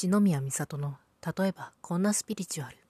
一宮美里の例えばこんなスピリチュアル。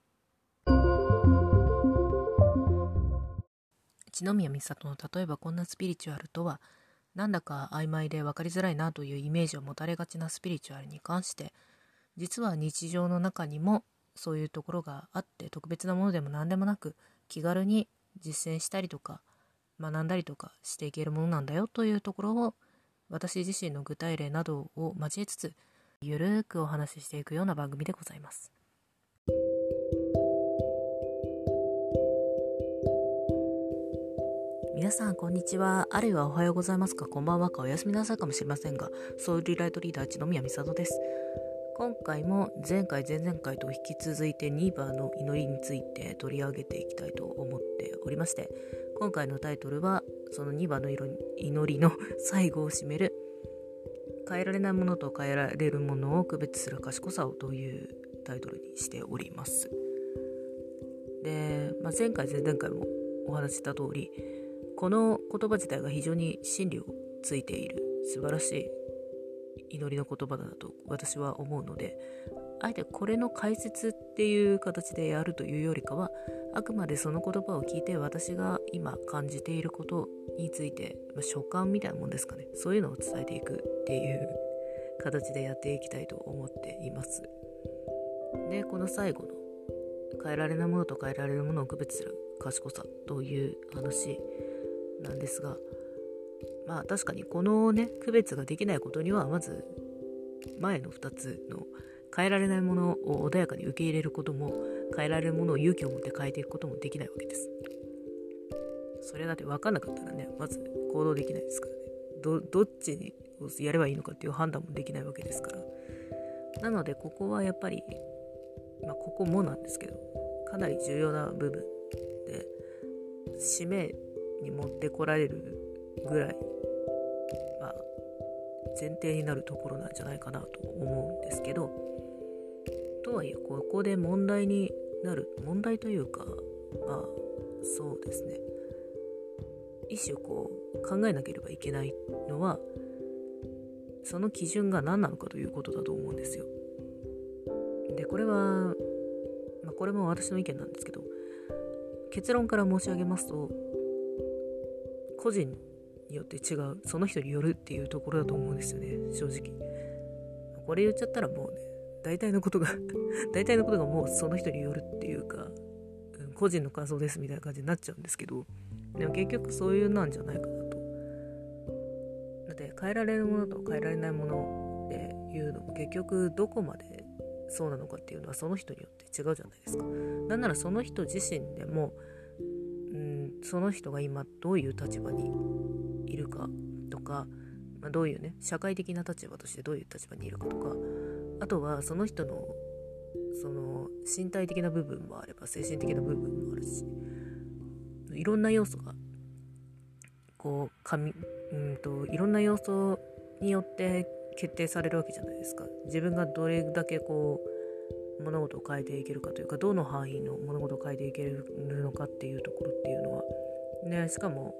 一宮美里の例えばこんなスピリチュアルとは、なんだか曖昧で分かりづらいなというイメージを持たれがちなスピリチュアルに関して、実は日常の中にもそういうところがあって、特別なものでも何でもなく気軽に実践したりとか学んだりとかしていけるものなんだよというところを、私自身の具体例などを交えつつゆるーくお話ししていくような番組でございます。皆さんこんにちは、あるいはおはようございますか、こんばんはか、おやすみなさいかもしれませんが、ソウルリライトリーダー一宮美里です。今回も前回前々回と引き続いてニーバーの祈りについて取り上げていきたいと思っておりまして、今回のタイトルはそのニーバーの祈りの最後を締める変えられないものと変えられるものを区別する賢さをというタイトルにしております。で、前回前々回もお話しした通り、この言葉自体が非常に真理をついている素晴らしい祈りの言葉だと私は思うので、あえてこれの解説っていう形でやるというよりかは、あくまでその言葉を聞いて私が今感じていることについて、所感みたいなもんですかね、そういうのを伝えていくっていう形でやっていきたいと思っています。で、この最後の変えられないものと変えられるものを区別する賢さという話なんですが、確かにこのね区別ができないことには、まず前の2つの変えられないものを穏やかに受け入れることも、変えられるものを勇気を持って変えていくこともできないわけです。それだって分かんなかったらね、まず行動できないですからね。どっちにやればいいのかっていう判断もできないわけですから。なのでここはやっぱり、ここもなんですけど、かなり重要な部分で、使命に持ってこられるぐらい、前提になるところなんじゃないかなと思うんですけど、とはいえここで問題になる、問題というか、そうですね、一種考えなければいけないのは、その基準が何なのかということだと思うんですよ。で、これは、これも私の意見なんですけど、結論から申し上げますと、個人によって違う、その人によるっていうところだと思うんですよね、正直。これ言っちゃったらもうね、大体のことがもうその人によるっていうか、個人の感想ですみたいな感じになっちゃうんですけど、でも結局そういうなんじゃないかなと。だって変えられるものと変えられないものっていうのも、結局どこまでそうなのかっていうのはその人によって違うじゃないですか。なんならその人自身でも、その人が今どういう立場にいるかとか、どういうね、社会的な立場としてどういう立場にいるかとか、あとはその人のその身体的な部分もあれば精神的な部分もあるし、いろんな要素がいろんな要素によって決定されるわけじゃないですか。自分がどれだけ物事を変えていけるかというか、どの範囲の物事を変えていけるのかっていうところっていうのはね、しかも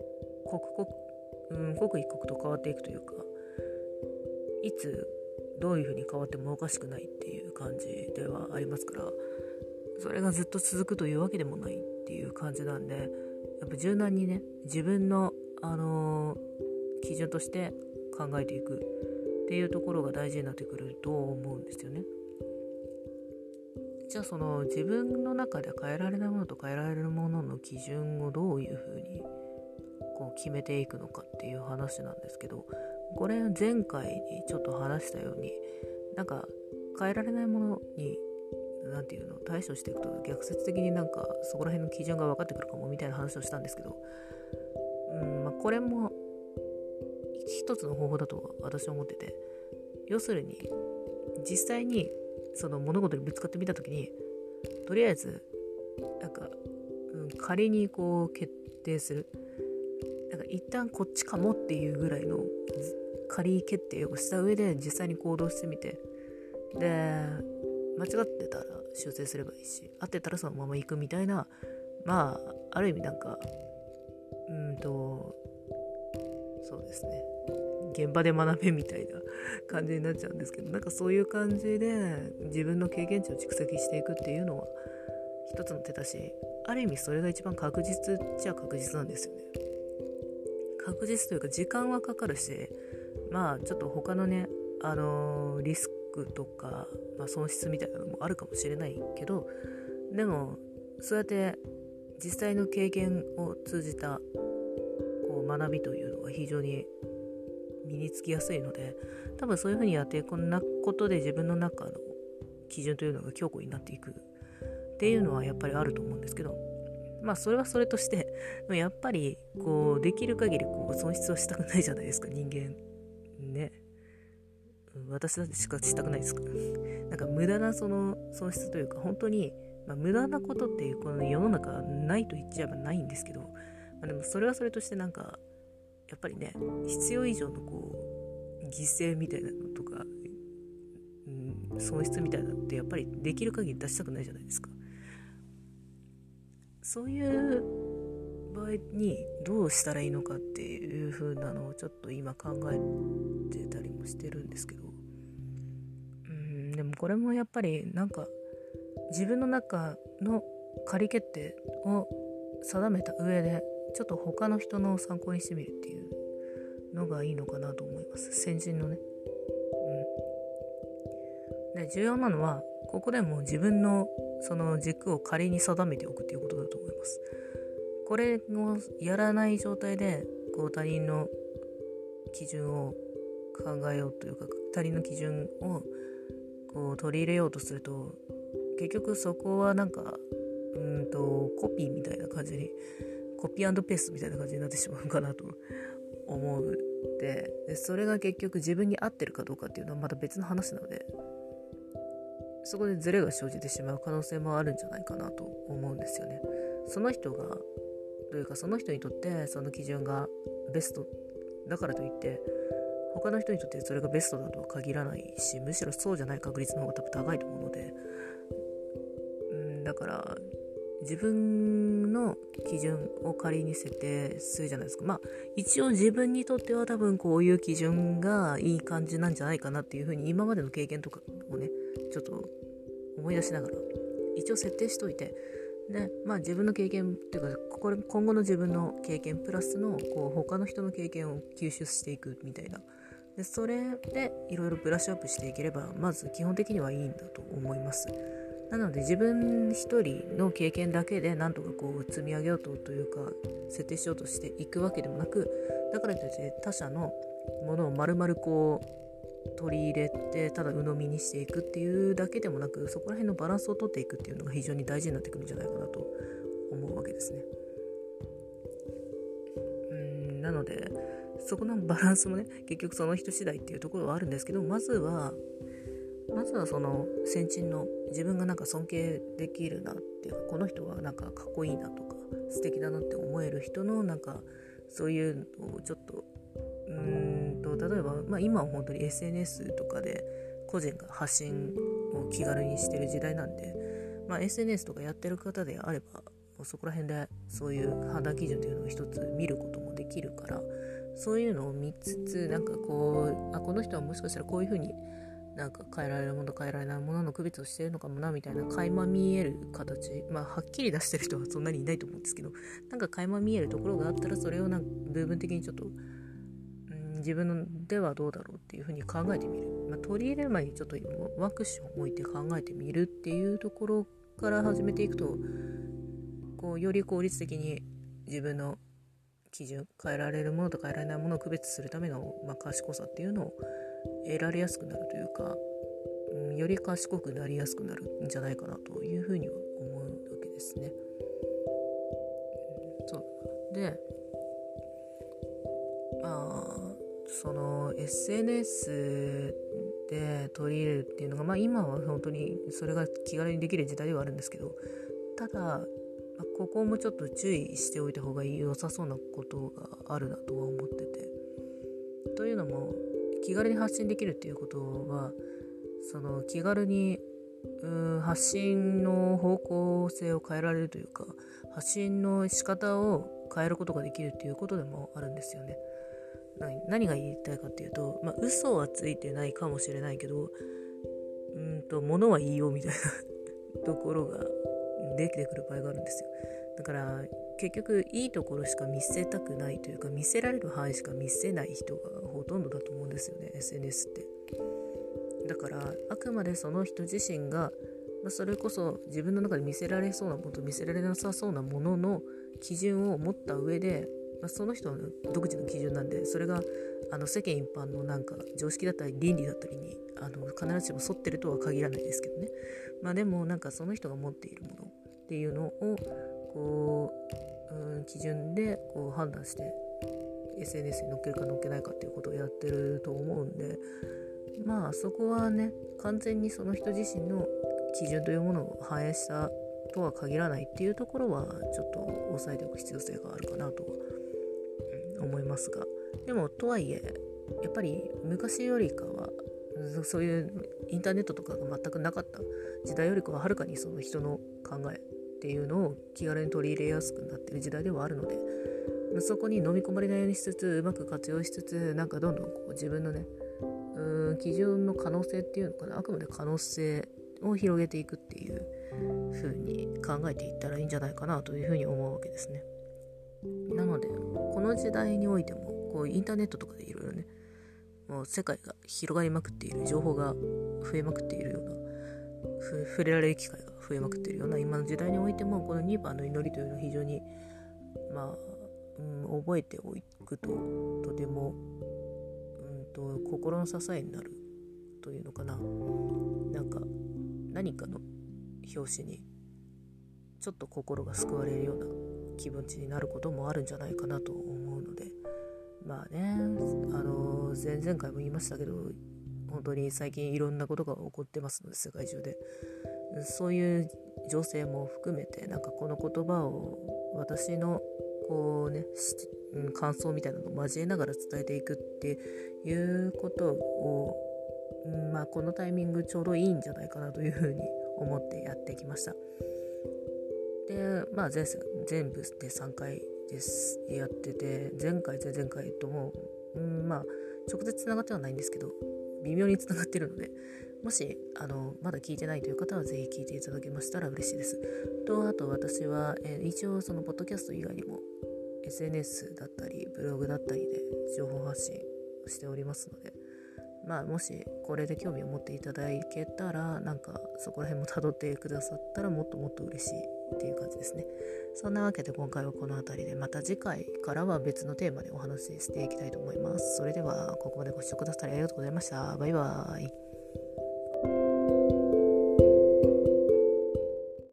刻一刻と変わっていくというか、いつどういう風に変わってもおかしくないっていう感じではありますから、それがずっと続くというわけでもないっていう感じなんで、やっぱ柔軟にね、自分の基準として考えていくっていうところが大事になってくると思うんですよね。じゃあその自分の中で変えられないものと変えられるものの基準をどういう風に決めていくのかっていう話なんですけど、これ前回にちょっと話したように、変えられないものに対処していくと逆説的にそこら辺の基準が分かってくるかもみたいな話をしたんですけど、これも一つの方法だと私は思ってて、要するに実際にその物事にぶつかってみたときに、とりあえず仮に決定する、一旦こっちかもっていうぐらいの仮決定をした上で実際に行動してみて、で間違ってたら修正すればいいし、合ってたらそのまま行くみたいな、ある意味そうですね、 現場で学べみたいな感じになっちゃうんですけど、なんかそういう感じで自分の経験値を蓄積していくっていうのは一つの手だし、ある意味それが一番確実っちゃ確実なんですよね。確実というか時間はかかるし、まあちょっと他のねリスクとか、損失みたいなのもあるかもしれないけど、でもそうやって実際の経験を通じたこう学びというのが非常に身につきやすいので、多分そういうふうにやっていくことで自分の中の基準というのが強固になっていくっていうのはやっぱりあると思うんですけど、それはそれとしてやっぱりこうできる限りこう損失はしたくないじゃないですか、人間ね。私だってしかしたくないですから。なんか無駄なその損失というか、本当に、無駄なことっていうこの世の中ないと言っちゃえばないんですけど、でもそれはそれとしてなんかやっぱりね、必要以上のこう犠牲みたいなのとか、損失みたいなのってやっぱりできる限り出したくないじゃないですか。そういう場合にどうしたらいいのかっていう風なのをちょっと今考えてたりもしてるんですけど、でもこれもやっぱりなんか自分の中の仮決定を定めた上でちょっと他の人の参考にしてみるっていうのがいいのかなと思います。先人のね。で、重要なのはここでも自分のその軸を仮に定めておくっていうことだと思います。これをやらない状態でこう他人の基準を考えようというか、他人の基準をこう取り入れようとすると、結局そこはなんかコピーみたいな感じに、コピー&ペーストみたいな感じになってしまうかなと思うで、それが結局自分に合ってるかどうかっていうのはまた別の話なので、そこでズレが生じてしまう可能性もあるんじゃないかなと思うんですよね。その人がというか、その人にとってその基準がベストだからといって他の人にとってそれがベストだとは限らないし、むしろそうじゃない確率の方が多分高いと思うので、だから自分の基準を仮に設定するじゃないですか。一応自分にとっては多分こういう基準がいい感じなんじゃないかなっていうふうに今までの経験とかをねちょっと思い出しながら一応設定しといて、で自分の経験っていうか今後の自分の経験プラスのこう他の人の経験を吸収していくみたいな、でそれでいろいろブラッシュアップしていければまず基本的にはいいんだと思います。なので自分一人の経験だけでなんとかこう積み上げようというか設定しようとしていくわけでもなく、だからといって他者のものを丸々こう取り入れてただ鵜呑みにしていくっていうだけでもなく、そこら辺のバランスを取っていくっていうのが非常に大事になってくるんじゃないかなと思うわけですね。なのでそこのバランスもね結局その人次第っていうところはあるんですけど、まずはその先人の自分がなんか尊敬できるなっていうか、この人はなんかかっこいいなとか素敵だなって思える人のなんかそういうのをちょっと例えば、今は本当に SNS とかで個人が発信を気軽にしてる時代なんで、SNS とかやってる方であればそこら辺でそういう判断基準というのを一つ見ることもできるから、そういうのを見つつなんかこうこの人はもしかしたらこういう風になんか変えられるもの変えられないものの区別をしているのかもなみたいな垣間見える形、はっきり出してる人はそんなにいないと思うんですけど、なんか垣間見えるところがあったらそれをなんか部分的にちょっと自分ではどうだろうっていうふうに考えてみる、取り入れる前にちょっとワクションを置いて考えてみるっていうところから始めていくと、こうより効率的に自分の基準、変えられるものと変えられないものを区別するための、賢さっていうのを得られやすくなるというか、より賢くなりやすくなるんじゃないかなというふうには思うわけですね。そうで、その SNS で取り入れるっていうのが、今は本当にそれが気軽にできる時代ではあるんですけど、ただ、ここもちょっと注意しておいた方が良さそうなことがあるなとは思ってて、というのも気軽に発信できるっていうことは、その気軽に発信の方向性を変えられるというか、発信の仕方を変えることができるっていうことでもあるんですよね。 何が言いたいかっていうと、嘘はついてないかもしれないけど、物はいいよみたいなところができてくる場合があるんですよ。だから結局いいところしか見せたくないというか、見せられる範囲しか見せない人がほとんどだと思うんですよね、 SNS って。だからあくまでその人自身が、それこそ自分の中で見せられそうなものと見せられなさそうなものの基準を持った上で、その人の独自の基準なんで、それが世間一般のなんか常識だったり倫理だったりに必ずしも沿ってるとは限らないですけどね。でもなんかその人が持っているものっていうのをこう、基準でこう判断して SNS に載っけるか載っけないかっていうことをやってると思うんで、そこはね、完全にその人自身の基準というものを反映したとは限らないっていうところはちょっと押さえておく必要性があるかなとは、思いますが、でもとはいえやっぱり昔よりかは、そういうインターネットとかが全くなかった時代よりかははるかにその人の考えっていうのを気軽に取り入れやすくなっている時代ではあるので、そこに飲み込まれないようにしつつ、うまく活用しつつ、なんかどんどんこう自分のね、基準の可能性っていうのかな、あくまで可能性を広げていくっていう風に考えていったらいいんじゃないかなというふうに思うわけですね。なのでこの時代においてもこうインターネットとかでいろいろね、もう世界が広がりまくっている、情報が増えまくっているような、触れられる機会が増えまくっているような今の時代においても、この2番の祈りというのは非常に覚えておくととても心の支えになるというのかな。なんか何かの表紙にちょっと心が救われるような気持ちになることもあるんじゃないかなと思うので、前々回も言いましたけど、本当に最近いろんなことが起こってますので、世界中でそういう情勢も含めて、なんかこの言葉を私のこうね、感想みたいなのを交えながら伝えていくっていうことを、このタイミングちょうどいいんじゃないかなというふうに思ってやってきました。で、全部で3回ですやってて、前回前々回とも、直接つながってはないんですけど、微妙につながってるので、もしまだ聞いてないという方はぜひ聞いていただけましたら嬉しいです。と、あと私は、一応そのポッドキャスト以外にも SNS だったりブログだったりで情報発信しておりますので、もしこれで興味を持っていただけたら、なんかそこら辺も辿ってくださったらもっともっと嬉しいっていう感じですね。そんなわけで今回はこの辺りで、また次回からは別のテーマでお話ししていきたいと思います。それではここまでご視聴くださりありがとうございました。バイバーイ。